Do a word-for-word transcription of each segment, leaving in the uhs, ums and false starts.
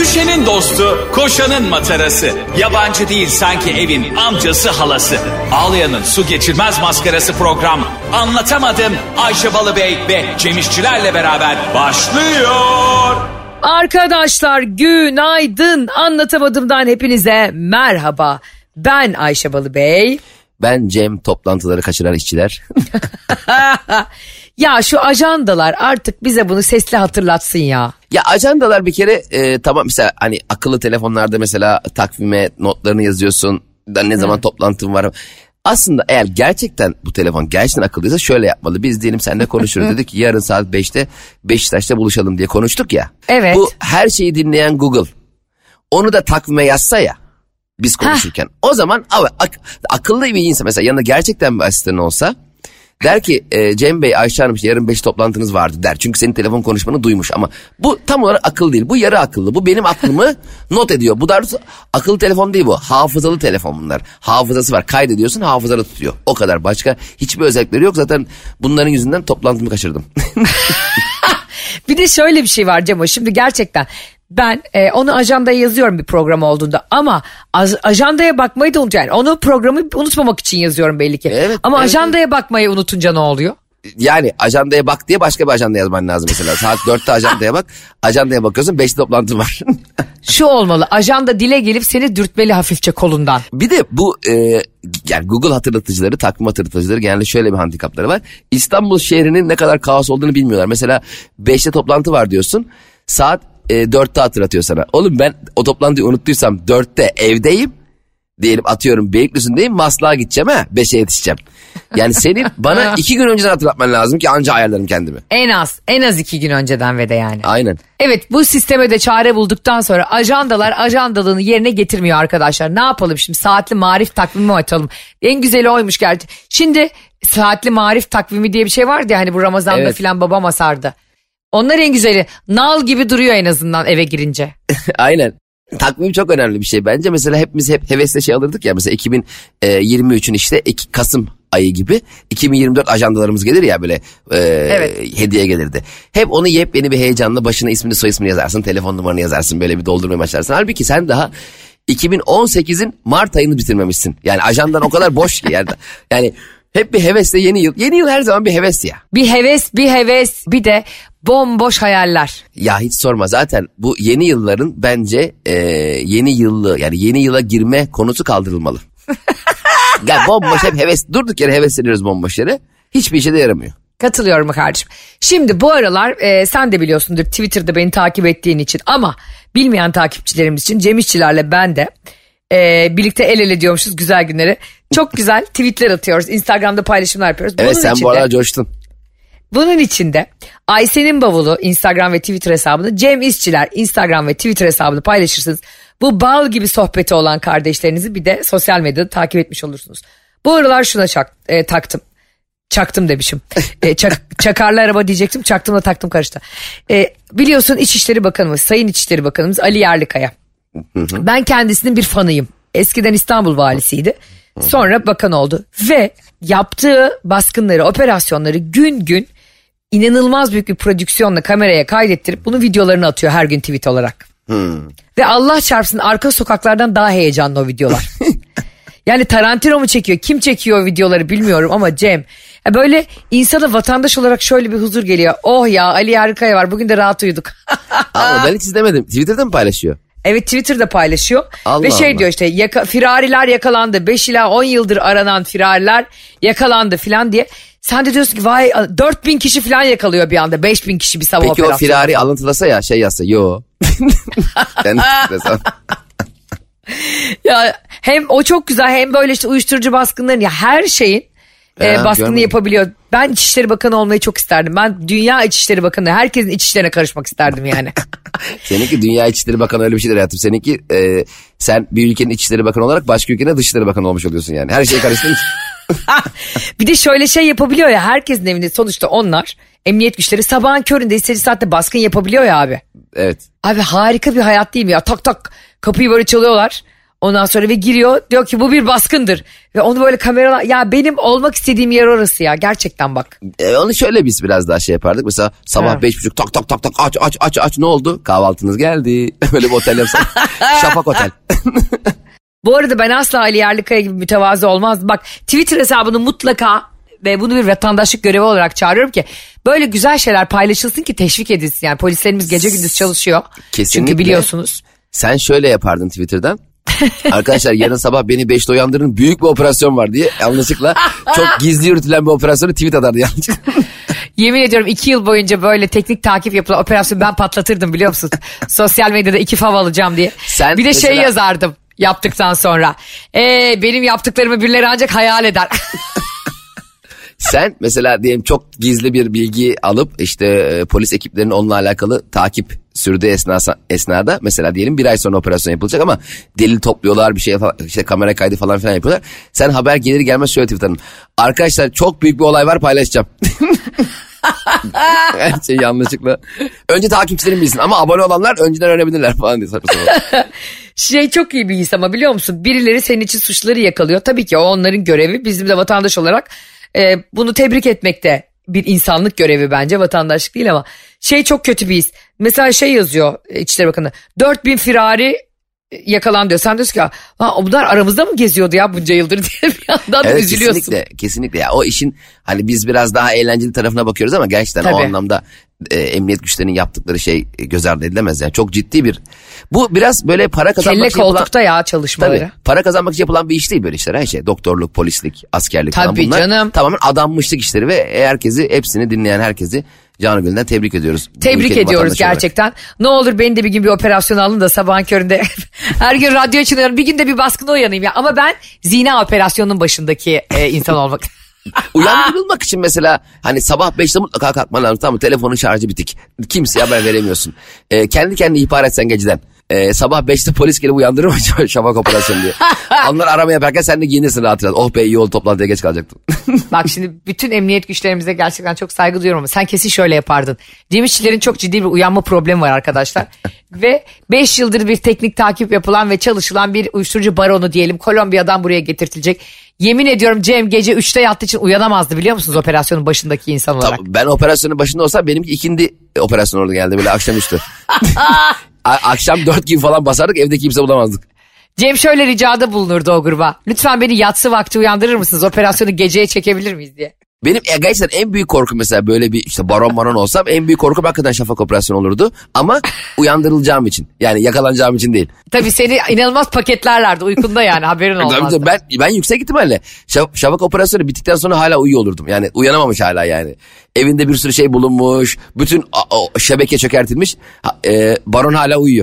Ayşe'nin dostu, koşanın matarası. Yabancı değil sanki evin amcası halası. Ağlayan'ın su geçirmez maskarası program. Anlatamadım Ayşe Balıbey ve Cemişçilerle beraber başlıyor. Arkadaşlar günaydın. Anlatamadımdan hepinize merhaba. Ben Ayşe Balıbey. Ben Cem, toplantıları kaçıran işçiler. Ya şu ajandalar artık bize bunu sesli hatırlatsın ya. Ya ajandalar bir kere e, tamam, mesela hani akıllı telefonlarda mesela takvime notlarını yazıyorsun. Da ne zaman Hı. toplantım var. Aslında eğer gerçekten bu telefon gerçekten akıllıysa şöyle yapmalı. Biz diyelim seninle konuşuruz. Dedik ki yarın saat beşte Beşiktaş'ta buluşalım diye konuştuk ya. Evet. Bu her şeyi dinleyen Google onu da takvime yazsa ya biz konuşurken. Heh. O zaman ak- akıllı bir insan mesela yanında gerçekten bir asistan olsa der ki e, Cem Bey, Ayşe Hanım yarın beş toplantınız vardı der. Çünkü senin telefon konuşmanı duymuş ama bu tam olarak akıllı değil. Bu yarı akıllı. Bu benim aklımı not ediyor. Bu da akıllı telefon değil bu. Hafızalı telefon bunlar. Hafızası var. Kaydediyorsun, hafızada tutuyor. O kadar. Başka hiçbir özellikleri yok. Zaten bunların yüzünden toplantımı kaçırdım. Bir de şöyle bir şey var Cemo. Şimdi gerçekten ben e, onu ajandaya yazıyorum bir program olduğunda ama az, ajandaya bakmayı da unutuyorum. Yani onu programı unutmamak için yazıyorum belli ki. Evet, ama evet. Ajandaya bakmayı unutunca ne oluyor? Yani ajandaya bak diye başka bir ajanda yazman lazım mesela. Saat dörtte ajandaya bak. Ajandaya bakıyorsun, beşte toplantı var. Şu olmalı, ajanda dile gelip seni dürtmeli hafifçe kolundan. Bir de bu e, yani Google hatırlatıcıları, takvim hatırlatıcıları genelde şöyle bir handikapları var. İstanbul şehrinin ne kadar kaos olduğunu bilmiyorlar. Mesela beşte toplantı var diyorsun. Saat e, dörtte hatırlatıyor sana. Oğlum ben o toplantıyı unuttuysam dörtte evdeyim. Diyelim atıyorum Beylikdüzü'ndeyim, Maslak'a gideceğim ha, beşe yetişeceğim. Yani senin bana iki gün önceden hatırlatman lazım ki anca ayarlarım kendimi. En az, en az iki gün önceden ve de yani. Aynen. Evet, bu sisteme de çare bulduktan sonra ajandalar ajandalığını yerine getirmiyor arkadaşlar. Ne yapalım şimdi, saatli marif takvimi açalım. En güzeli oymuş gerçi. Şimdi saatli marif takvimi diye bir şey vardı ya hani bu Ramazan'da evet. Filan babam asardı. Onlar en güzeli. Nal gibi duruyor en azından eve girince. Aynen. Takvim çok önemli bir şey bence. Mesela hepimiz hep hevesle şey alırdık ya. Mesela iki bin yirmi üçün işte Kasım ayı gibi iki bin yirmi dört ajandalarımız gelir ya böyle e, evet. hediye gelirdi. Hep onu yepyeni bir heyecanla başına ismini soy ismini yazarsın. Telefon numaranı yazarsın. Böyle bir doldurmaya başlarsın. Halbuki sen daha iki bin on sekizin Mart ayını bitirmemişsin. Yani ajandan o kadar boş ki. Yani, yani hep bir hevesle yeni yıl. Yeni yıl her zaman bir heves ya. Bir heves, bir heves, bir de bomboş hayaller. Ya hiç sorma, zaten bu yeni yılların bence e, yeni yıllı yani yeni yıla girme konusu kaldırılmalı. Yani bomboş hep heves, durduk yere hevesleniyoruz bomboş yere. Hiçbir işe de yaramıyor. Katılıyorum kardeşim. Şimdi bu aralar e, sen de biliyorsundur Twitter'da beni takip ettiğin için ama bilmeyen takipçilerimiz için Cem İşçilerle ben de e, birlikte el ele diyormuşuz güzel günleri. Çok güzel tweetler atıyoruz. Instagram'da paylaşımlar yapıyoruz. Evet, bunun sen içinde, bu aralar coştun. Bunun içinde Ayşe'nin bavulu Instagram ve Twitter hesabını, Cem İşçiler Instagram ve Twitter hesabını paylaşırsınız. Bu bal gibi sohbeti olan kardeşlerinizi bir de sosyal medyada takip etmiş olursunuz. Bu aralar şuna çak, e, taktım. Çaktım demişim. E, çak, çakarlı araba diyecektim. Çaktımla taktım karıştı. E, biliyorsun İçişleri Bakanımız, Sayın İçişleri Bakanımız Ali Yerlikaya. Ben kendisinin bir fanıyım. Eskiden İstanbul valisiydi. Sonra bakan oldu. Ve yaptığı baskınları, operasyonları gün gün inanılmaz büyük bir prodüksiyonla kameraya kaydettirip bunu videolarını atıyor her gün tweet olarak. Hmm. Ve Allah çarpsın arka sokaklardan daha heyecanlı o videolar. Yani Tarantino mu çekiyor, kim çekiyor o videoları bilmiyorum ama Cem böyle insana vatandaş olarak şöyle bir huzur geliyor. Oh ya, Ali Yerlikaya var, bugün de rahat uyuduk. Ama ben hiç izlemedim. Twitter'da mı paylaşıyor? Evet, Twitter'da paylaşıyor. Allah ve şey Allah. diyor işte yaka, firariler yakalandı, beş ila on yıldır aranan firariler yakalandı filan diye. Sen de diyorsun ki vay, dört bin kişi filan yakalıyor bir anda, beş bin kişi bir sabah Peki operasyonu. Peki o firari alıntılasa ya şey yazsa yo. Yani ya hem o çok güzel, hem böyle işte uyuşturucu baskınların ya her şeyin e, baskını görmedim. Yapabiliyor. Ben İçişleri Bakanı olmayı çok isterdim. Ben Dünya İçişleri Bakanı, herkesin iç işlerine karışmak isterdim yani. Seninki Dünya İçişleri Bakanı öyle bir şeydir hayatım. Seninki e, sen bir ülkenin İçişleri Bakanı olarak başka ülkenin Dışişleri Bakanı olmuş oluyorsun yani. Her şeyi karıştığın için. Bir de şöyle şey yapabiliyor ya, herkesin evinde sonuçta onlar emniyet güçleri sabahın köründe istediği saatte baskın yapabiliyor ya abi. Evet. Abi harika bir hayat değil mi ya? Tak tak kapıyı böyle çalıyorlar. Ondan sonra ve giriyor, diyor ki bu bir baskındır. Ve onu böyle kameralar, ya benim olmak istediğim yer orası ya, gerçekten bak. E, onu şöyle biz biraz daha şey yapardık. Mesela sabah beş buçuk tak tak tak tak aç aç aç aç, ne oldu? Kahvaltınız geldi. Böyle bir otel yapsak. Şafak Otel. Bu arada ben asla Ali Yerlikaya gibi mütevazı olmazdım. Bak, Twitter hesabını mutlaka ve bunu bir vatandaşlık görevi olarak çağırıyorum ki böyle güzel şeyler paylaşılsın ki teşvik edilsin. Yani polislerimiz gece gündüz çalışıyor. Kesinlikle. Çünkü biliyorsunuz. Sen şöyle yapardın Twitter'dan. Arkadaşlar yarın sabah beni beşte uyandırın, büyük bir operasyon var diye yanlışlıkla çok gizli yürütülen bir operasyonu tweet atardı yanlışlıkla. Yemin ediyorum iki yıl boyunca böyle teknik takip yapılan operasyonu ben patlatırdım, biliyor musun? Sosyal medyada iki fav alacağım diye. Sen bir de mesela... şey yazardım yaptıktan sonra. Ee, benim yaptıklarımı birileri ancak hayal eder. Sen mesela diyelim çok gizli bir bilgi alıp işte e, polis ekiplerinin onunla alakalı takip sürdüğü esnasa, esnada mesela diyelim bir ay sonra operasyon yapılacak ama delil topluyorlar, bir şey falan, işte kamera kaydı falan filan yapıyorlar. Sen haber gelir gelmez şöyle Twitter'ın, arkadaşlar çok büyük bir olay var, paylaşacağım. Her şey yanlışlıkla. Önce takipçilerim bilsin ama abone olanlar önceden öğrenebilirler falan diye. Şey çok iyi bir his ama, biliyor musun? Birileri senin için suçları yakalıyor. Tabii ki o onların görevi, bizim de vatandaş olarak e, bunu tebrik etmekte bir insanlık görevi bence, vatandaşlık değil ama şey çok kötü bir his. Mesela şey yazıyor İçişleri Bakanı, dört bin firari yakalan diyor. Sen diyorsun ki bunlar aramızda mı geziyordu ya bunca yıldır diye bir yandan evet, üzülüyorsun. Kesinlikle, kesinlikle ya, o işin hani biz biraz daha eğlenceli tarafına bakıyoruz ama gerçekten Tabii. o anlamda e, emniyet güçlerinin yaptıkları şey göz ardı edilemez yani, çok ciddi bir, bu biraz böyle para kazanmak Kelle için yapılan, koltukta ya çalışmaları. Tabii, para kazanmak için yapılan bir iş değil böyle işler, her şey doktorluk, polislik, askerlik Tabii falan, bunlar canım. tamamen adanmışlık işleri ve herkesi, hepsini dinleyen herkesi canı gönülden tebrik ediyoruz. Tebrik ediyoruz gerçekten. Olarak. Ne olur beni de bir gün bir operasyon alın da sabahın köründe her gün radyo açılıyorum, bir gün de bir baskına uyanayım ya. Ama ben zina operasyonunun başındaki e, insan olmak. Uyandırılmak için mesela hani sabah beşte mutlaka kalkman lazım, tamam mı? Telefonun şarjı bitik. Kimseye haber veremiyorsun. Ee, kendi kendine ihbar etsen geceden. Ee, sabah beşte polis gelip uyandırır mı şafak operasyonu diye. Onlar arama yaparken sen de giyinirsin rahat rahat. Oh be, iyi oldu, toplantıya geç kalacaktım. Bak şimdi bütün emniyet güçlerimize gerçekten çok saygı duyuyorum ama sen kesin şöyle yapardın. Cem İşçilerin çok ciddi bir uyanma problemi var arkadaşlar. Ve beş yıldır bir teknik takip yapılan ve çalışılan bir uyuşturucu baronu diyelim Kolombiya'dan buraya getirtilecek. Yemin ediyorum Cem gece üçte yattığı için uyanamazdı, biliyor musunuz, operasyonun başındaki insan olarak. Tabii, ben operasyonun başında olsam benimki ikindi operasyon orada geldi böyle akşamüstü. Akşam dört gibi falan basardık, evde kimse bulamazdık. Cem şöyle ricada bulunurdu o gruba. Lütfen beni yatsı vakti uyandırır mısınız? Operasyonu geceye çekebilir miyiz diye. Benim e, gerçekten en büyük korkum mesela böyle bir işte baron baron olsam en büyük korkum hakikaten şafak operasyonu olurdu. Ama uyandırılacağım için, yani yakalanacağım için değil. Tabii seni inanılmaz paketlerlerdi uykunda, yani haberin olmazdı. ben, ben yüksek ihtimalle şaf, şafak operasyonu bittikten sonra hala uyuyor olurdum. Yani uyanamamış hala yani. Evinde bir sürü şey bulunmuş. Bütün o, o, şebeke çökertilmiş. E, baron hala uyuyor.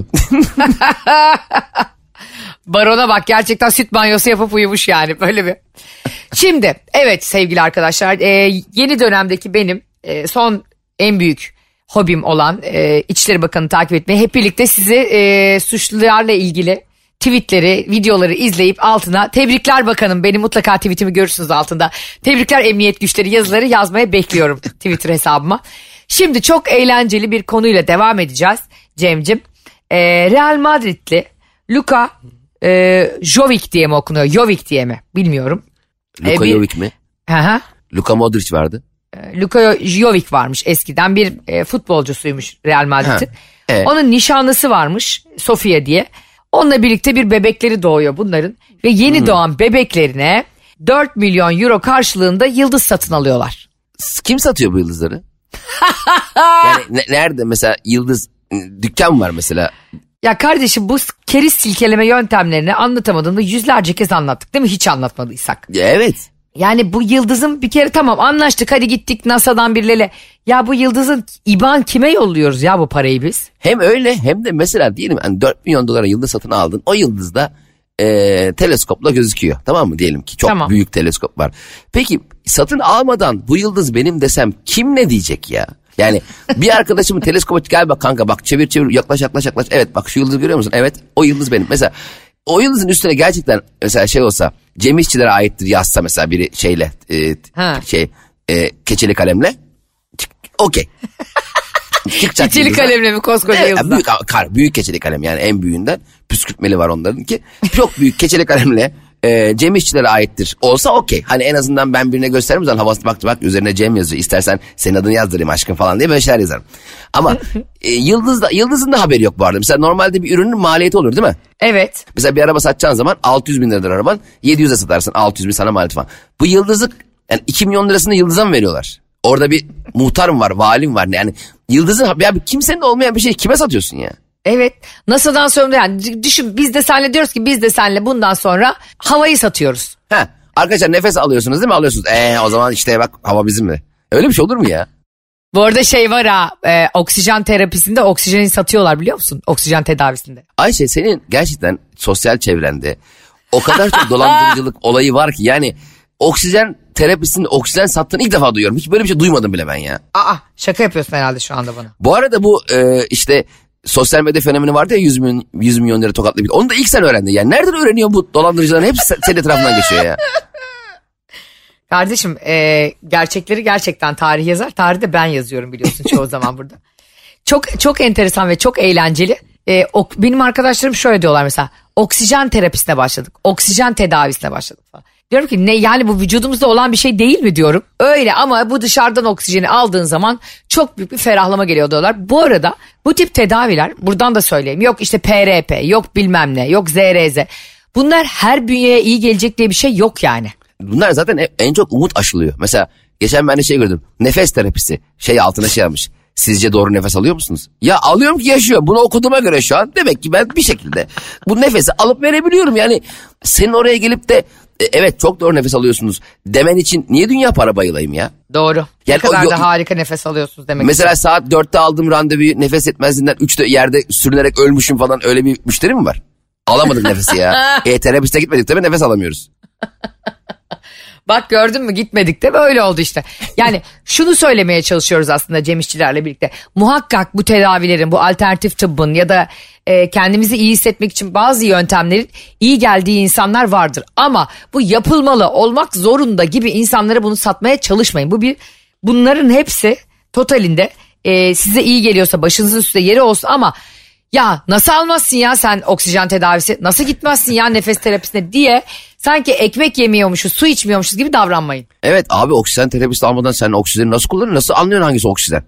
Barona bak, gerçekten süt banyosu yapıp uyumuş yani, böyle bir. Şimdi evet sevgili arkadaşlar, e, yeni dönemdeki benim e, son en büyük hobim olan e, İçişleri Bakanı'nı takip etmeyi, hep birlikte sizi e, suçlularla ilgili tweetleri, videoları izleyip altına tebrikler bakanım, benim mutlaka tweetimi görürsünüz altında. Tebrikler emniyet güçleri yazıları yazmaya bekliyorum Twitter hesabıma. Şimdi çok eğlenceli bir konuyla devam edeceğiz Cem'cim. E, Real Madridli Luka e, Jovic diye mi okunuyor? Jovic diye mi? Bilmiyorum. Luka e, Jovic mi? Hı hı. Luka Modric vardı. E, Luka Jovic varmış eskiden, bir e, futbolcusuymuş Real Madrid'in. Evet. Onun nişanlısı varmış Sofia diye. Onunla birlikte bir bebekleri doğuyor bunların. Ve yeni hmm. doğan bebeklerine dört milyon euro karşılığında yıldız satın alıyorlar. Kim satıyor bu yıldızları? Yani ne, nerede mesela yıldız dükkan var mesela? Ya kardeşim, bu keriz silkeleme yöntemlerini anlatamadığında yüzlerce kez anlattık değil mi? Hiç anlatmadıysak. Evet. Yani bu yıldızın bir kere tamam anlaştık, hadi gittik NASA'dan birileriyle. Ya bu yıldızın İ B A N kime yolluyoruz ya bu parayı biz? Hem öyle hem de mesela diyelim hani dört milyon dolara yıldız satın aldın. O yıldızda e, teleskopla gözüküyor, tamam mı, diyelim ki çok tamam. Büyük teleskop var. Peki satın almadan bu yıldız benim desem kim ne diyecek ya? Yani bir arkadaşımın teleskopa gel bak kanka bak çevir çevir yaklaş yaklaş yaklaş. Evet bak şu yıldızı görüyor musun? Evet o yıldız benim. Mesela o yıldızın üstüne gerçekten mesela şey olsa Cem İşçilere aittir yazsa mesela biri şeyle e, şey e, keçeli kalemle okey. Çıkacak Keçeli kalemle mi koskoca evet, yıldızdan? Büyük, kar, büyük keçeli kalem yani en büyüğünden. Püskürtmeli var onların ki. Çok büyük keçeli kalemle e, Cem İşçilere aittir. Olsa okey. Hani en azından ben birine göstereyim zaman havasına baktı bak üzerine Cem yazıyor. İstersen senin adını yazdırayım aşkım falan diye böyle şeyler yazarım. Ama e, Yıldız da, Yıldız'ın da haberi yok bu arada. Mesela normalde bir ürünün maliyeti olur değil mi? Evet. Mesela bir araba satacağın zaman altı yüz bin liradır araban. yedi yüze satarsın altı yüz bin sana maliyeti falan. Bu Yıldız'ı yani iki milyon lirasını Yıldız'a mı veriyorlar? Orada bir muhtar mı var, vali mi var? Yani Yıldız'ın ya kimsenin de olmayan bir şeyi kime satıyorsun ya? Evet. NASA'dan sonra yani düşün biz de seninle diyoruz ki biz de seninle bundan sonra havayı satıyoruz. Ha, arkadaşlar nefes alıyorsunuz değil mi? Alıyorsunuz. Eee o zaman işte bak hava bizim mi? Öyle bir şey olur mu ya? Bu arada şey var ha e, oksijen terapisinde oksijeni satıyorlar biliyor musun? Oksijen tedavisinde. Ayşe senin gerçekten sosyal çevrende o kadar çok dolandırıcılık olayı var ki yani oksijen terapisinde oksijen sattığını ilk defa duyuyorum. Hiç böyle bir şey duymadım bile ben ya. Aa şaka yapıyorsun herhalde şu anda bana. Bu arada bu e, işte sosyal medya fenomeni vardı ya yüz milyon, yüz milyon lira tokatlı bir. Onu da ilk sen öğrendin. Yani nereden öğreniyor bu dolandırıcıların hepsi senin etrafından geçiyor ya. Kardeşim e, gerçekleri gerçekten tarih yazar. Tarih de ben yazıyorum biliyorsun çoğu zaman burada. Çok çok enteresan ve çok eğlenceli. E, ok, benim arkadaşlarım şöyle diyorlar mesela. Oksijen terapisine başladık. Oksijen tedavisine başladık falan. Diyorum ki ne yani bu vücudumuzda olan bir şey değil mi diyorum. Öyle ama bu dışarıdan oksijeni aldığın zaman çok büyük bir ferahlama geliyor diyorlar. Bu arada bu tip tedaviler buradan da söyleyeyim. Yok işte P R P, yok bilmem ne, yok Z R Z. Bunlar her bünyeye iyi gelecek diye bir şey yok yani. Bunlar zaten en çok umut aşılıyor. Mesela geçen ben de şey gördüm. Nefes terapisi. Şey altına şey almış. Sizce doğru nefes alıyor musunuz? Ya alıyorum ki yaşıyorum. Bunu okuduğuma göre şu an demek ki ben bir şekilde bu nefesi alıp verebiliyorum. Yani senin oraya gelip de e, evet çok doğru nefes alıyorsunuz demen için niye dünya para bayılayım ya? Doğru. Yani ne kadar o, da harika nefes alıyorsunuz demek. Mesela için. saat dörtte aldığım randevuyu nefes yetmezliğinden üçte yerde sürünerek ölmüşüm falan öyle bir müşteri mi var? Alamadık nefesi ya. E terapiste gitmedik tabii nefes alamıyoruz. Bak gördün mü gitmedik de böyle oldu işte. Yani şunu söylemeye çalışıyoruz aslında Cem İşçilerle birlikte. Muhakkak bu tedavilerin, bu alternatif tıbbın ya da e, kendimizi iyi hissetmek için bazı yöntemlerin iyi geldiği insanlar vardır. Ama bu yapılmalı, olmak zorunda gibi insanlara bunu satmaya çalışmayın. Bu bir bunların hepsi totalinde e, size iyi geliyorsa başınızın üstünde yeri olsun ama ya nasıl almazsın ya sen oksijen tedavisi, nasıl gitmezsin ya nefes terapisine diye sanki ekmek yemiyormuşuz, su içmiyormuşuz gibi davranmayın. Evet abi oksijen terapisi almadan sen oksijeni nasıl kullanıyorsun? Nasıl anlıyorsun hangisi oksijen?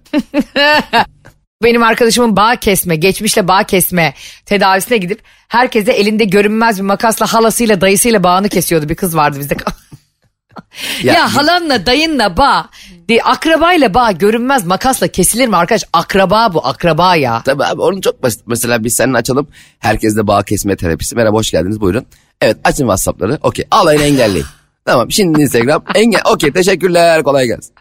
Benim arkadaşımın bağ kesme, geçmişle bağ kesme tedavisine gidip herkese elinde görünmez bir makasla halasıyla dayısıyla bağını kesiyordu. Bir kız vardı bizde. ya, ya halanla dayınla bağ, akrabayla bağ görünmez makasla kesilir mi arkadaş? Akraba bu, akraba ya. Tabii abi onun çok basit. Mesela biz seninle açalım. Herkesle bağ kesme terapisi. Merhaba hoş geldiniz buyurun. Evet açın WhatsApp'ları. Okey alayını engelleyin. Tamam şimdi Instagram. Engel. Okey teşekkürler kolay gelsin.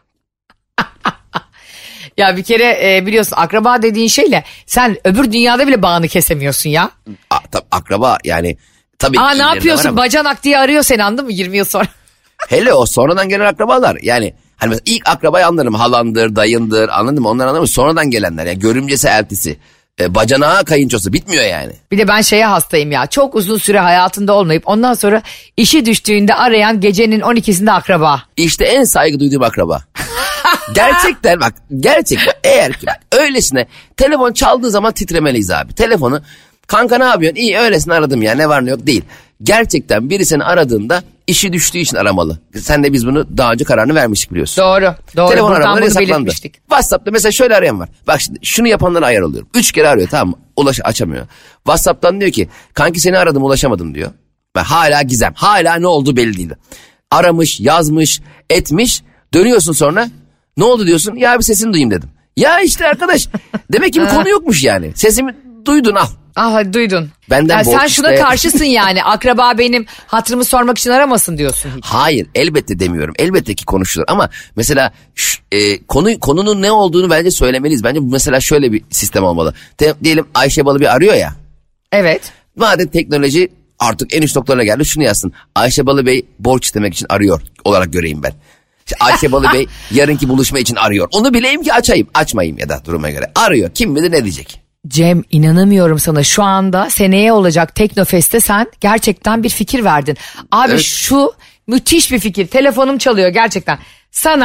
Ya bir kere e, biliyorsun akraba dediğin şeyle sen öbür dünyada bile bağını kesemiyorsun ya. A, tabii akraba yani. Tabii Aa ne yapıyorsun bacanak diye arıyor seni anladın mı yirmi yıl sonra. Hele o sonradan gelen akrabalar yani. Hani mesela ilk akrabayı anlarım halandır dayındır anladın mı onlar anlarım sonradan gelenler yani görümcesi eltisi. E, bacanağı kayınçosu bitmiyor yani. Bir de ben şeye hastayım ya çok uzun süre hayatında olmayıp ondan sonra işi düştüğünde arayan gecenin on ikisinde akraba. İşte en saygı duyduğum akraba. Gerçekten bak gerçekten eğer ki bak öylesine telefon çaldığı zaman titremeliyiz abi. Telefonu kanka ne yapıyorsun iyi öylesine aradım ya ne var ne yok değil. Gerçekten biri seni aradığında işi düştüğü için aramalı. Sen de biz bunu daha önce kararını vermiştik biliyorsun. Doğru. Doğru. Telefon Buradan aramaları bunu yasaklandı. belirtmiştik. WhatsApp'ta mesela şöyle arayan var. Bak şimdi şunu yapanlara ayar oluyorum. Üç kere arıyor tamam mı? Ulaş açamıyor. WhatsApp'tan diyor ki kanki seni aradım ulaşamadım diyor. Ben hala gizem. Hala ne olduğu belli değil. Aramış, yazmış, etmiş. Dönüyorsun sonra ne oldu diyorsun? Ya bir sesini duyayım dedim. Ya işte arkadaş demek ki bir konu yokmuş yani. Sesimi duydun al. Ah hadi duydun. Benden ya sen şuna işte... karşısın yani akraba benim hatırımı sormak için aramasın diyorsun. Hiç. Hayır elbette demiyorum elbette ki konuşulur ama mesela şu, e, konu konunun ne olduğunu bence söylemeliyiz. Bence mesela şöyle bir sistem olmalı. Te, diyelim Ayşe Balıbey arıyor ya. Evet. Madem teknoloji artık en üst noktalarına geldi şunu yazsın. Ayşe Balıbey borç istemek için arıyor olarak göreyim ben. İşte Ayşe Balıbey yarınki buluşma için arıyor. Onu bileyim ki açayım açmayayım ya da duruma göre. Arıyor kim bilir ne diyecek. Cem inanamıyorum sana şu anda seneye olacak Teknofest'te sen gerçekten bir fikir verdin. Abi evet. Şu müthiş bir fikir telefonum çalıyor gerçekten. Sana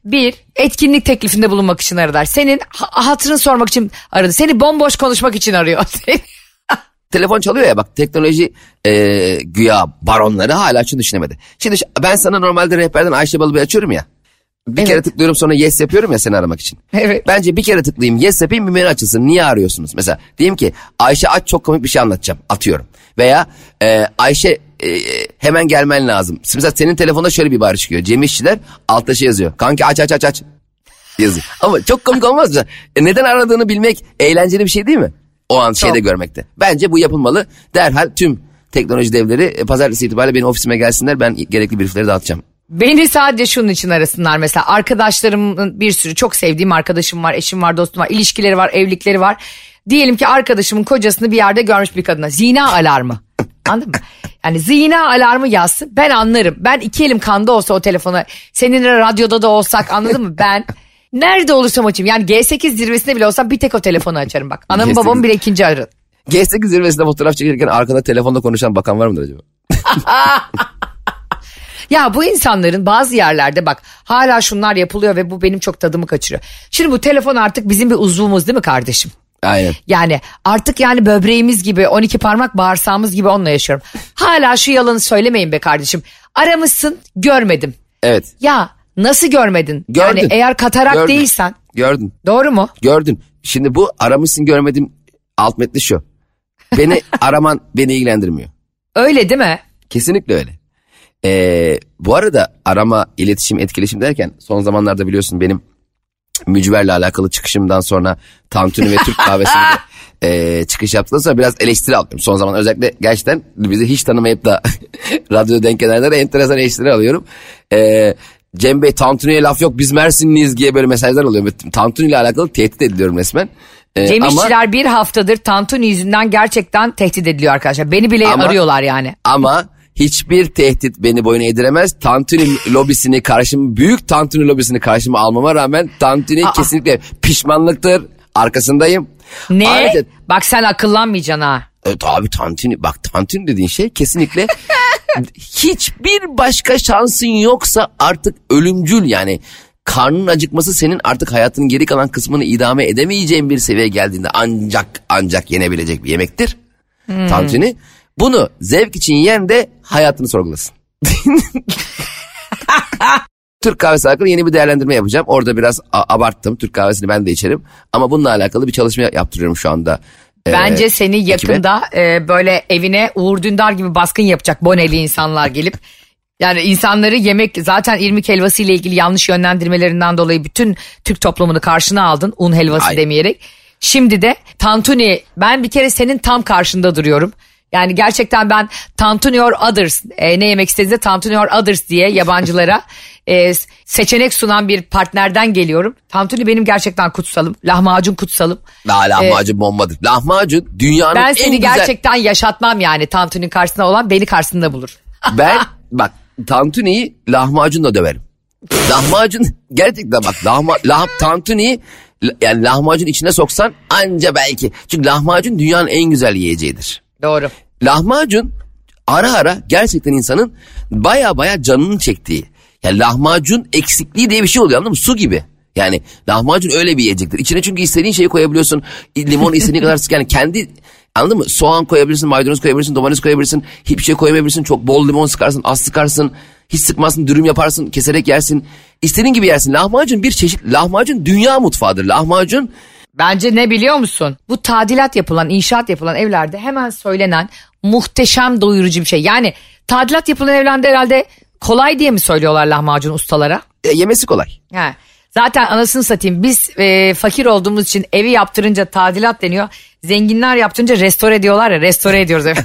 Bir, etkinlik teklifinde bulunmak için aradılar. Senin ha- hatırını sormak için aradı. Seni bomboş konuşmak için arıyor. Telefon çalıyor ya bak, teknoloji e, güya baronları hala şunu düşünemedi. Şimdi ben sana normalde rehberden Ayşe Balıbey açıyorum ya. Bir evet. kere tıklıyorum, sonra yes yapıyorum ya seni aramak için. Evet. Bence bir kere tıklayayım, yes yapayım, bir menü açılsın. Niye arıyorsunuz? Mesela diyeyim ki Ayşe aç, çok komik bir şey anlatacağım, atıyorum. Veya e, Ayşe e, hemen gelmen lazım. Mesela senin telefonda şöyle bir bağırış çıkıyor. Cem İşçiler altta şey yazıyor. Kanki aç aç aç aç yazıyor. Ama çok komik olmaz mı? E, neden aradığını bilmek eğlenceli bir şey değil mi? O an şeyde çok. Görmekte. Bence bu yapılmalı. Derhal tüm teknoloji devleri e, pazartesi itibariyle benim ofisime gelsinler. Ben gerekli briefleri dağıtacağım. Beni sadece şunun için arasınlar mesela. Arkadaşlarımın bir sürü, çok sevdiğim arkadaşım var, eşim var, dostum var, ilişkileri var, evlilikleri var. Diyelim ki arkadaşımın kocasını bir yerde görmüş bir kadına. Zina alarmı. Anladın mı? Yani zina alarmı yazsın, ben anlarım. Ben iki elim kanda olsa o telefona, seninle radyoda da olsak, anladın mı? Ben nerede olursam açayım. Yani G sekiz zirvesinde bile olsam bir tek o telefonu açarım bak. Anamın babamın bile ikinci ararım. G sekiz zirvesinde fotoğraf çekirken arkada telefonda konuşan bakan var mıdır acaba? Ya bu insanların bazı yerlerde bak hala şunlar yapılıyor ve bu benim çok tadımı kaçırıyor. Şimdi bu telefon artık bizim bir uzvumuz değil mi kardeşim? Aynen. Yani artık yani böbreğimiz gibi, on iki parmak bağırsağımız gibi onunla yaşıyorum. Hala şu yalanı söylemeyin be kardeşim. Aramışsın, görmedim. Evet. Ya nasıl görmedin? Gördün. Yani eğer katarak Gördün. değilsen. Gördün. Doğru mu? Gördün. Şimdi bu aramışsın görmedim alt metni şu. Beni araman beni ilgilendirmiyor. Öyle değil mi? Kesinlikle öyle. Ee, bu arada arama, iletişim, etkileşim derken son zamanlarda biliyorsun benim mücverle alakalı çıkışımdan sonra Tantuni ve Türk kahvesini de e, çıkış yaptıktan sonra biraz eleştiri alıyorum. Son zaman özellikle gerçekten bizi hiç tanımayıp da radyoda denk gelenlere enteresan eleştiri alıyorum. Ee, Cem Bey Tantuni'ye laf yok, biz Mersinliyiz diye böyle mesajlar alıyorum. Tantuni ile alakalı tehdit ediliyorum resmen. Ee, Cem ama, İşçiler bir haftadır Tantuni yüzünden gerçekten tehdit ediliyor arkadaşlar. Beni bile ama, arıyorlar yani. Ama hiçbir tehdit beni boyun eğdiremez. Tantuni lobisini karşıma, büyük Tantuni lobisini karşıma almama rağmen Tantuni Aa. kesinlikle pişmanlıktır. Arkasındayım. Ne? Ayrıca, bak sen akıllanmayacaksın ha. Evet abi Tantuni, bak Tantuni dediğin şey kesinlikle hiçbir başka şansın yoksa artık ölümcül, yani karnın acıkması senin artık hayatının geri kalan kısmını idame edemeyeceğin bir seviyeye geldiğinde ancak ancak yenebilecek bir yemektir. Hmm. Tantuni. Bunu zevk için yiyen de hayatını sorgulasın. Türk kahvesi hakkında yeni bir değerlendirme yapacağım. Orada biraz abarttım. Türk kahvesini ben de içerim. Ama bununla alakalı bir çalışma yaptırıyorum şu anda. Bence ee, seni yakında e, böyle evine Uğur Dündar gibi baskın yapacak boneli insanlar gelip. Yani insanları yemek, zaten irmik helvası ile ilgili yanlış yönlendirmelerinden dolayı bütün Türk toplumunu karşına aldın. Un helvası Ay. demeyerek. Şimdi de Tantuni, ben bir kere senin tam karşında duruyorum. Yani gerçekten ben Tantuni or Others, e, ne yemek istediğinizde Tantuni or Others diye yabancılara e, seçenek sunan bir partnerden geliyorum. Tantuni benim gerçekten kutsalım. Lahmacun kutsalım. La, lahmacun ee, bombadır. Lahmacun dünyanın en güzel. Ben seni gerçekten yaşatmam yani. Tantuni'nin karşısında olan beni karşısında bulur. Ben bak Tantuni'yi lahmacunla döverim. Lahmacun gerçekten bak lahma, lah, Tantuni'yi yani lahmacun içine soksan anca belki. Çünkü lahmacun dünyanın en güzel yiyeceğidir. Doğru. Lahmacun ara ara gerçekten insanın baya baya canını çektiği. Yani lahmacun eksikliği diye bir şey oluyor, anladın mı? Su gibi. Yani lahmacun öyle bir yiyecektir. İçine çünkü istediğin şeyi koyabiliyorsun. Limon istediğin kadar sık, yani kendi, anladın mı? Soğan koyabilirsin, maydanoz koyabilirsin, domates koyabilirsin. Hiçbir şey koyamayabilirsin. Çok bol limon sıkarsın, az sıkarsın. Hiç sıkmazsın, dürüm yaparsın, keserek yersin. İstediğin gibi yersin. Lahmacun bir çeşit, lahmacun dünya mutfağıdır. Lahmacun... Bence ne biliyor musun? Bu tadilat yapılan, inşaat yapılan evlerde hemen söylenen muhteşem doyurucu bir şey. Yani tadilat yapılan evlerde herhalde kolay diye mi söylüyorlar lahmacun ustalara? E, yemesi kolay. He. Zaten anasını satayım, biz e, fakir olduğumuz için evi yaptırınca tadilat deniyor. Zenginler yaptırınca restore ediyorlar ya, restore ediyoruz evi.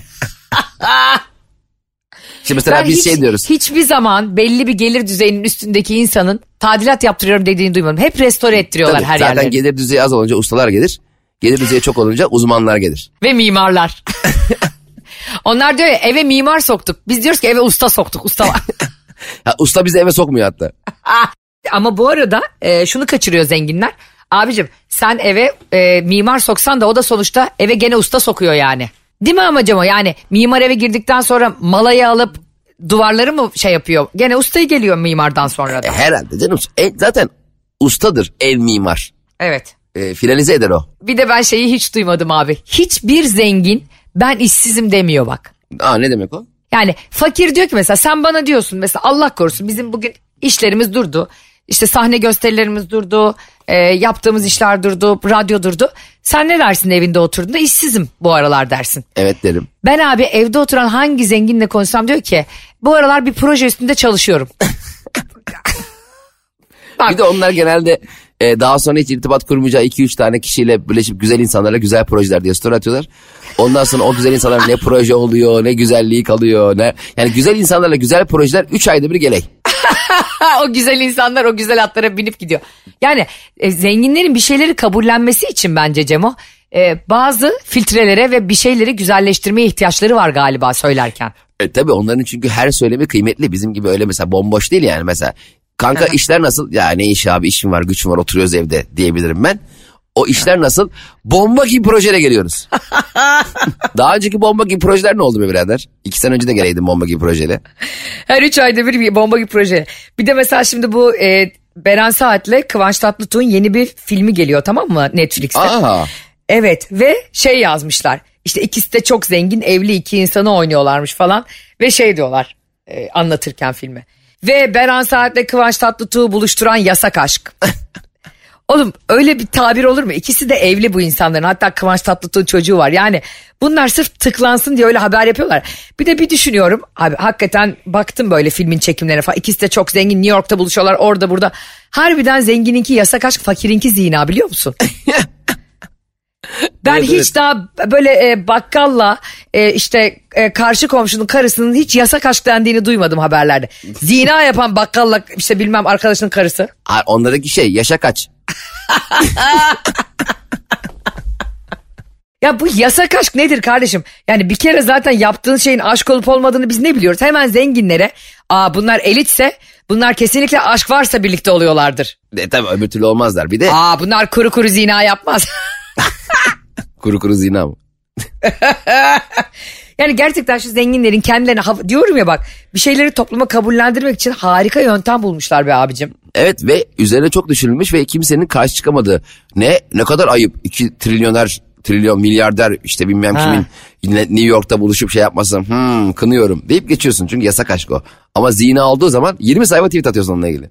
Şimdi mesela ben biz hiç, şey diyoruz. Hiçbir zaman belli bir gelir düzeyinin üstündeki insanın tadilat yaptırıyorum dediğini duymadım. Hep restore ettiriyorlar. Tabii, her yerleri. Zaten gelir düzeyi az olunca ustalar gelir. Gelir düzeyi çok olunca uzmanlar gelir. Ve mimarlar. Onlar diyor ya, eve mimar soktuk. Biz diyoruz ki eve usta soktuk. Usta var. Ya, usta bizi eve sokmuyor hatta. Ama bu arada e, şunu kaçırıyor zenginler. Abicim sen eve e, mimar soksan da o da sonuçta eve gene usta sokuyor yani. Değil mi amacım o? Yani mimar eve girdikten sonra malayı alıp duvarları mı şey yapıyor? Gene ustayı geliyor mimardan sonra da. E, herhalde canım. E, zaten ustadır el mimar. Evet. E, finalize eder o. Bir de ben şeyi hiç duymadım abi. Hiçbir zengin ben işsizim demiyor bak. Aa, ne demek o? Yani fakir diyor ki mesela sen bana diyorsun mesela Allah korusun bizim bugün işlerimiz durdu. İşte sahne gösterilerimiz durdu, e, yaptığımız işler durdu, radyo durdu. Sen ne dersin evinde oturduğunda? İşsizim bu aralar dersin. Evet derim. Ben abi evde oturan hangi zenginle konuşsam diyor ki bu aralar bir proje üstünde çalışıyorum. Bir de onlar genelde e, daha sonra hiç irtibat kurmayacağı iki üç tane kişiyle birleşip güzel insanlarla güzel projeler diye story atıyorlar. Ondan sonra o güzel insanlar ne proje oluyor, ne güzelliği kalıyor. Ne... Yani güzel insanlarla güzel projeler üç ayda bir geley. O güzel insanlar o güzel atlara binip gidiyor. Yani e, zenginlerin bir şeyleri kabullenmesi için bence Cemo e, bazı filtrelere ve bir şeyleri güzelleştirmeye ihtiyaçları var galiba söylerken. E, tabii onların çünkü her söylemi kıymetli. Bizim gibi öyle mesela bomboş değil yani mesela. Kanka evet. işler nasıl? Ya ne iş abi, işim var güçüm var oturuyoruz evde diyebilirim ben. O işler nasıl? Bomba gibi projeyle geliyoruz. Daha önceki bomba gibi projeler ne oldu be birader? İki sene önce de geleydim bomba gibi projeyle. Her üç ayda bir, bir bomba gibi proje. Bir de mesela şimdi bu e, Beren Saat'le Kıvanç Tatlıtuğ'un yeni bir filmi geliyor, tamam mı, Netflix'te? Aa. Evet ve şey yazmışlar. İşte ikisi de çok zengin evli iki insanı oynuyorlarmış falan. Ve şey diyorlar e, anlatırken filmi. Ve Beren Saat'le Kıvanç Tatlıtuğ'u buluşturan yasak aşk. Oğlum öyle bir tabir olur mu? İkisi de evli bu insanların. Hatta Kıvanç Tatlıtuğ'un çocuğu var. Yani bunlar sırf tıklansın diye öyle haber yapıyorlar. Bir de bir düşünüyorum. Abi hakikaten baktım böyle filmin çekimlerine falan. İkisi de çok zengin. New York'ta buluşuyorlar. Orada burada. Harbiden zengininki yasak aşk, fakirinki zina, biliyor musun? Ben evet, hiç evet. daha böyle e, bakkalla e, işte e, karşı komşunun karısının hiç yasak aşk dendiğini duymadım haberlerde. Zina yapan bakkalla işte bilmem arkadaşının karısı. Onlardaki şey yaşa kaç. Ya bu yasak aşk nedir kardeşim? Yani bir kere zaten yaptığın şeyin aşk olup olmadığını biz ne biliyoruz? Hemen zenginlere, aa bunlar elitse bunlar kesinlikle aşk varsa birlikte oluyorlardır. E tabii öbür türlü olmazlar. Bir de aa bunlar kuru kuru zina yapmaz. Kuru kuru zina mı? Yani gerçekten şu zenginlerin kendilerine, diyorum ya bak, bir şeyleri topluma kabullendirmek için harika yöntem bulmuşlar be abicim. Evet ve üzerine çok düşünülmüş ve kimsenin karşı çıkamadığı. Ne ne kadar ayıp, iki trilyoner trilyon milyarder işte bilmem ha. kimin New York'ta buluşup şey yapmasın, hmm, kınıyorum deyip geçiyorsun çünkü yasak aşk o. Ama zina olduğu zaman yirmi sayfa tweet atıyorsun onunla ilgili.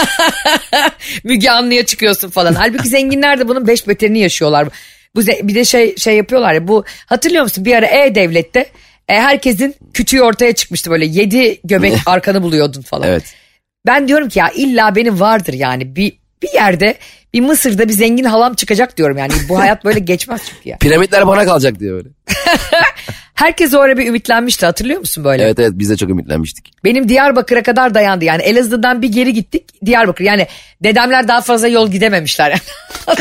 Müge Anlı'ya çıkıyorsun falan. Halbuki zenginler de bunun beş beterini yaşıyorlar. Bu bir de şey şey yapıyorlar ya, bu hatırlıyor musun bir ara E-Devlet'te e, herkesin kütüğü ortaya çıkmıştı, böyle yedi göbek arkanı buluyordun falan. Evet. Ben diyorum ki ya illa benim vardır yani bir bir yerde, bir Mısır'da bir zengin halam çıkacak diyorum yani, bu hayat böyle geçmez çünkü ya. Piramitler bana kalacak diyor böyle. Herkes o ara bir ümitlenmişti, hatırlıyor musun böyle? Evet evet, biz de çok ümitlenmiştik. Benim Diyarbakır'a kadar dayandı yani, Elazığ'dan bir geri gittik Diyarbakır, yani dedemler daha fazla yol gidememişler yani.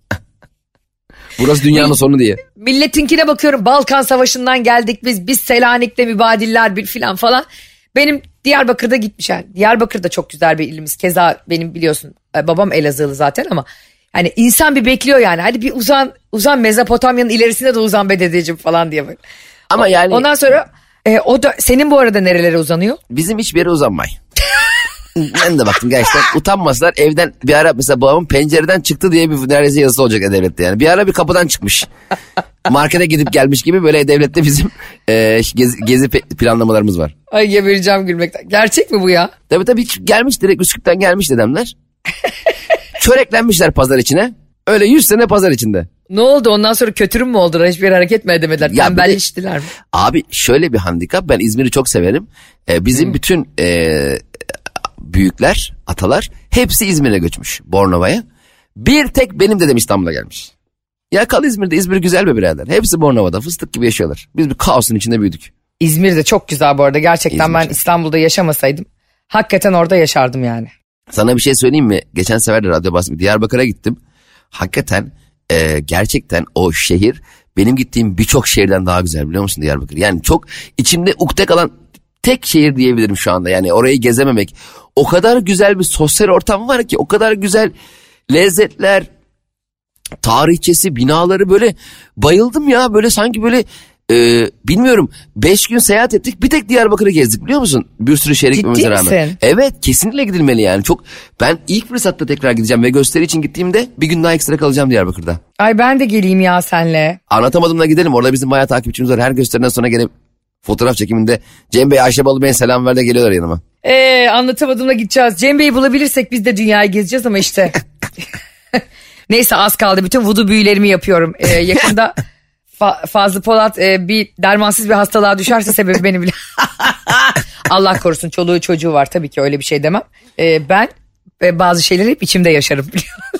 Burası dünyanın sonu diye. Milletinkine bakıyorum, Balkan Savaşı'ndan geldik biz, biz Selanik'te mübadiller bir filan falan. Benim Diyarbakır'da gitmiş yani. Diyarbakır da çok güzel bir ilimiz. Keza benim biliyorsun babam Elazığlı zaten ama hani insan bir bekliyor yani. Hadi bir uzan uzan Mezopotamya'nın ilerisine de uzan be dedeciğim falan diye böyle. Ama yani. Ondan sonra e, o da senin bu arada nerelere uzanıyor? Bizim hiçbir yere uzanmay. Ben de baktım gerçekten utanmazlar, evden bir ara mesela babamın pencereden çıktı diye bir neredeyse yazısı olacak E-Devlet'te yani. Bir ara bir kapıdan çıkmış. Markete gidip gelmiş gibi böyle E-Devlet'te bizim e, gezi, gezi planlamalarımız var. Ay gebereceğim gülmekten. Gerçek mi bu ya? Tabii tabii, hiç gelmiş, direkt Üsküp'ten gelmiş dedemler. Çöreklenmişler pazar içine. Öyle yüz sene pazar içinde. Ne oldu ondan sonra, kötürüm mü oldular, hiçbir hareket mi edemediler, tembelleştiler mi? Abi şöyle bir handikap, ben İzmir'i çok severim. Ee, bizim hmm. bütün e, büyükler, atalar hepsi İzmir'e göçmüş, Bornova'ya. Bir tek benim dedem İstanbul'a gelmiş. Ya kal İzmir'de, İzmir güzel be birader. Hepsi Bornova'da fıstık gibi yaşıyorlar. Biz bir kaosun içinde büyüdük. İzmir de çok güzel bu arada gerçekten. İzmir. Ben İstanbul'da yaşamasaydım hakikaten orada yaşardım yani. Sana bir şey söyleyeyim mi? Geçen sefer de radyo basmış, Diyarbakır'a gittim. Hakikaten e, gerçekten o şehir benim gittiğim birçok şehirden daha güzel, biliyor musun Diyarbakır? Yani çok içimde ukde kalan tek şehir diyebilirim şu anda. Yani orayı gezememek. O kadar güzel bir sosyal ortam var ki, o kadar güzel lezzetler, tarihçesi, binaları, böyle bayıldım ya. Böyle sanki böyle Ee, bilmiyorum beş gün seyahat ettik, bir tek Diyarbakır'ı gezdik biliyor musun? Bir sürü şehre gitmemize rağmen. Ciddi misin? Evet, kesinlikle gidilmeli yani. Çok, ben ilk fırsatta tekrar gideceğim ve gösteri için gittiğimde bir gün daha ekstra kalacağım Diyarbakır'da. Ay ben de geleyim ya senle. Anlatamadımla gidelim, orada bizim bayağı takipçimiz var. Her gösteriden sonra gelip fotoğraf çekiminde Cem Bey, Ayşe Balıbey'e selam ver de geliyorlar yanıma. Ee, anlatamadığımla gideceğiz. Cem Bey'i bulabilirsek biz de dünyayı gezeceğiz ama işte. Neyse az kaldı, bütün vudu büyülerimi yapıyorum. Ee, yakında Fa- Fazlı Polat e, bir dermansız bir hastalığa düşerse sebebi benim bile. Allah korusun, çoluğu çocuğu var, tabii ki öyle bir şey demem. Ee, ben e, bazı şeyleri hep içimde yaşarım.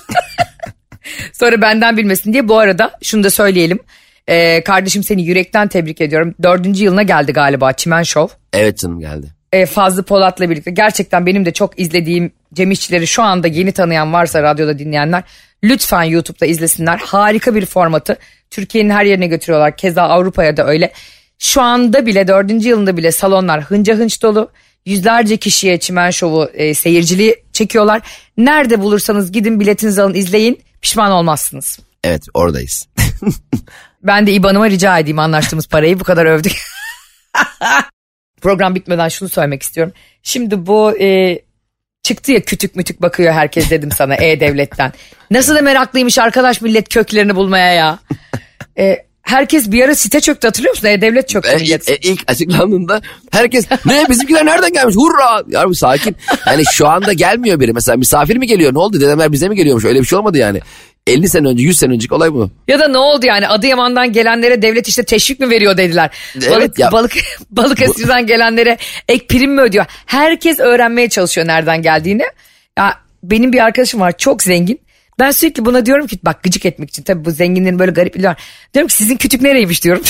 Sonra benden bilmesin diye. Bu arada şunu da söyleyelim. Ee, kardeşim, seni yürekten tebrik ediyorum. Dördüncü yılına geldi galiba Çimen Show. Evet canım, geldi. Ee, Fazlı Polat'la birlikte gerçekten benim de çok izlediğim Cem İşçileri şu anda yeni tanıyan varsa, radyoda dinleyenler lütfen YouTube'da izlesinler. Harika bir formatı. Türkiye'nin her yerine götürüyorlar. Keza Avrupa'ya da öyle. Şu anda bile, dördüncü yılında bile salonlar hınca hınç dolu. Yüzlerce kişiye Çimen Show'u e, seyirciliği çekiyorlar. Nerede bulursanız gidin, biletinizi alın, izleyin. Pişman olmazsınız. Evet, oradayız. Ben de İBAN'ıma rica edeyim anlaştığımız parayı, bu kadar övdük. Program bitmeden şunu söylemek istiyorum. Şimdi bu e, çıktı ya, kütük mütük bakıyor herkes dedim sana E-Devlet'ten. Nasıl da meraklıymış arkadaş millet köklerini bulmaya ya. E, herkes bir ara site çöktü, hatırlıyor musun? E-Devlet çöktü E, millet. e, ilk açıklandığında herkes ne bizimkiler nereden gelmiş, hurra. Ya bu sakin. Yani şu anda gelmiyor biri. Mesela misafir mi geliyor, ne oldu, dedemler bize mi geliyormuş, öyle bir şey olmadı yani. elli sene önce, yüz sene önceki olay bu. Ya da ne oldu yani, Adıyaman'dan gelenlere devlet işte teşvik mi veriyor dediler. Evet, balık, ya. balık, Balıkesir'den gelenlere ek prim mi ödüyor? Herkes öğrenmeye çalışıyor nereden geldiğini. Ya benim bir arkadaşım var, çok zengin. Ben sürekli buna diyorum ki, bak gıcık etmek için, tabii bu zenginlerin böyle gariplikleri var. Diyorum ki sizin kütük nereymiş diyorum.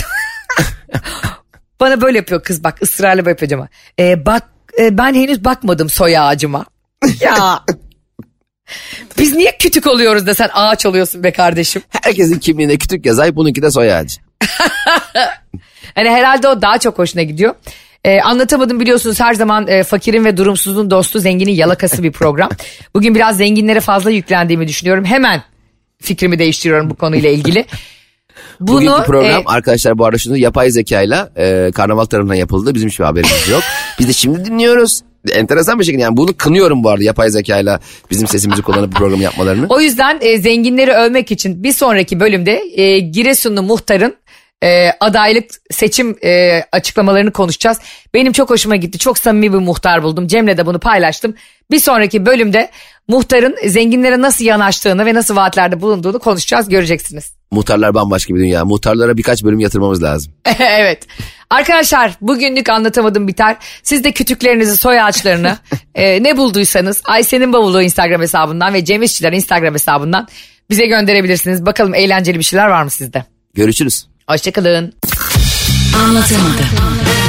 Bana böyle yapıyor kız, bak ısrarla böyle yapacağım. Ee, bak e, ben henüz bakmadım soy ağacıma. Ya... Biz niye kütük oluyoruz da sen ağaç oluyorsun be kardeşim? Herkesin kimliğinde kütük yazay, bununki de soy ağacı. Hani herhalde o daha çok hoşuna gidiyor. Ee, anlatamadım biliyorsunuz, her zaman e, fakirin ve durumsuzun dostu, zenginin yalakası bir program. Bugün biraz zenginlere fazla yüklendiğimi düşünüyorum. Hemen fikrimi değiştiriyorum bu konuyla ilgili. Bunu, Bugünkü program e, arkadaşlar bu arada şunu, yapay zekayla e, Karnaval tarafından yapıldı. Bizim hiçbir haberimiz yok. Biz de şimdi dinliyoruz. Enteresan bir şekilde, yani bunu kınıyorum bu arada, yapay zekayla bizim sesimizi kullanıp programı yapmalarını. O yüzden e, zenginleri övmek için bir sonraki bölümde e, Giresunlu muhtarın e, adaylık seçim e, açıklamalarını konuşacağız. Benim çok hoşuma gitti. Çok samimi bir muhtar buldum. Cem'le de bunu paylaştım. Bir sonraki bölümde muhtarın zenginlere nasıl yanaştığını ve nasıl vaatlerde bulunduğunu konuşacağız. Göreceksiniz. Muhtarlar bambaşka bir dünya. Muhtarlara birkaç bölüm yatırmamız lazım. Evet. Arkadaşlar bugünlük anlatamadım biter. Siz de kütüklerinizi, soy ağaçlarını e, ne bulduysanız Ayşe'nin bavulu Instagram hesabından ve Cem İşçiler Instagram hesabından bize gönderebilirsiniz. Bakalım eğlenceli bir şeyler var mı sizde? Görüşürüz. Hoşçakalın. Anlatamadım.